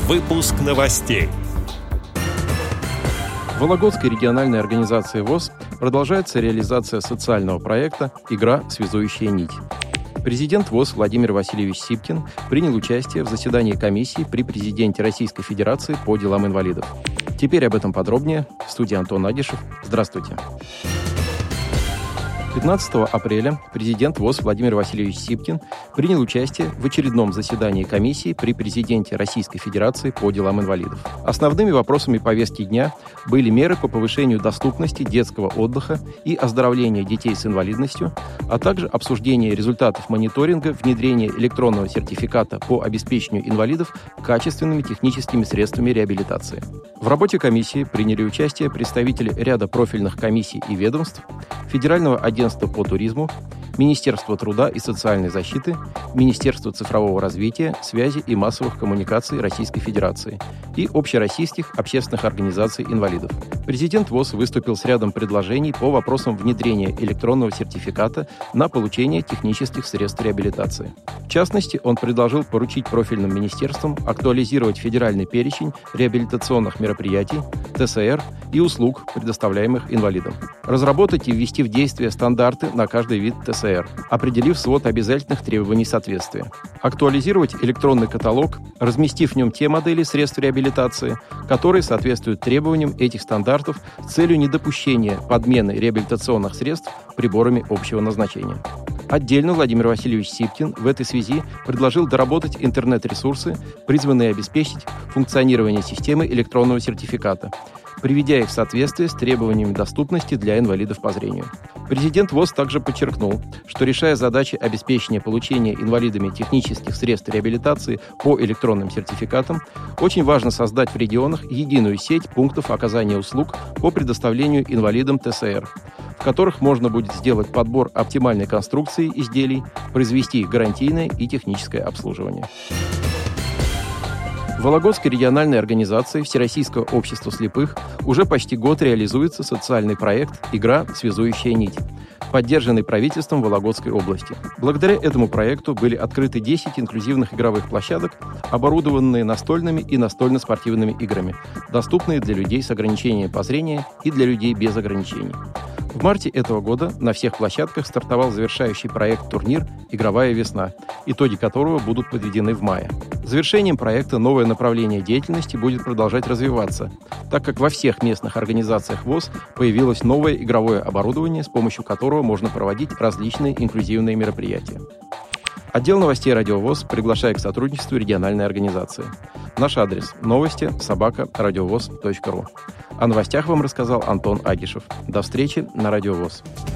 Выпуск новостей. В Вологодской региональной организации ВОС продолжается реализация социального проекта «Игра. Связующая нить». Президент ВОС Владимир Васильевич Сипкин принял участие в заседании комиссии при президенте Российской Федерации по делам инвалидов. Теперь об этом подробнее. В студии Антон Агишев. Здравствуйте. 15 апреля президент ВОС Владимир Васильевич Сипкин принял участие в очередном заседании комиссии при президенте Российской Федерации по делам инвалидов. Основными вопросами повестки дня были меры по повышению доступности детского отдыха и оздоровления детей с инвалидностью, а также обсуждение результатов мониторинга внедрения электронного сертификата по обеспечению инвалидов качественными техническими средствами реабилитации. В работе комиссии приняли участие представители ряда профильных комиссий и ведомств, Федерального агентства по туризму, Министерства труда и социальной защиты, Министерства цифрового развития, связи и массовых коммуникаций Российской Федерации и общероссийских общественных организаций инвалидов. Президент ВОС выступил с рядом предложений по вопросам внедрения электронного сертификата на получение технических средств реабилитации. В частности, он предложил поручить профильным министерствам актуализировать федеральный перечень реабилитационных мероприятий, ТСР и услуг, предоставляемых инвалидам. Разработать и ввести в действие стандарты на каждый вид ТСР, определив свод обязательных требований соответствия. Актуализировать электронный каталог, разместив в нем те модели средств реабилитации, которые соответствуют требованиям этих стандартов с целью недопущения подмены реабилитационных средств приборами общего назначения. Отдельно Владимир Васильевич Сипкин в этой связи предложил доработать интернет-ресурсы, призванные обеспечить функционирование системы электронного сертификата, приведя их в соответствие с требованиями доступности для инвалидов по зрению. Президент ВОС также подчеркнул, что, решая задачи обеспечения получения инвалидами технических средств реабилитации по электронным сертификатам, очень важно создать в регионах единую сеть пунктов оказания услуг по предоставлению инвалидам ТСР, в которых можно будет сделать подбор оптимальной конструкции изделий, произвести их гарантийное и техническое обслуживание. В Вологодской региональной организации Всероссийского общества слепых уже почти год реализуется социальный проект «Игра. Связующая нить», поддержанный правительством Вологодской области. Благодаря этому проекту были открыты 10 инклюзивных игровых площадок, оборудованные настольными и настольно-спортивными играми, доступные для людей с ограничениями по зрению и для людей без ограничений. В марте этого года на всех площадках стартовал завершающий проект-турнир «Игровая весна», итоги которого будут подведены в мае. Завершением проекта новое направление деятельности будет продолжать развиваться, так как во всех местных организациях ВОС появилось новое игровое оборудование, с помощью которого можно проводить различные инклюзивные мероприятия. Отдел новостей Радио ВОС приглашает к сотрудничеству региональной организации. Наш адрес – новости@радиовос.ру. О новостях вам рассказал Антон Агишев. До встречи на Радио ВОС.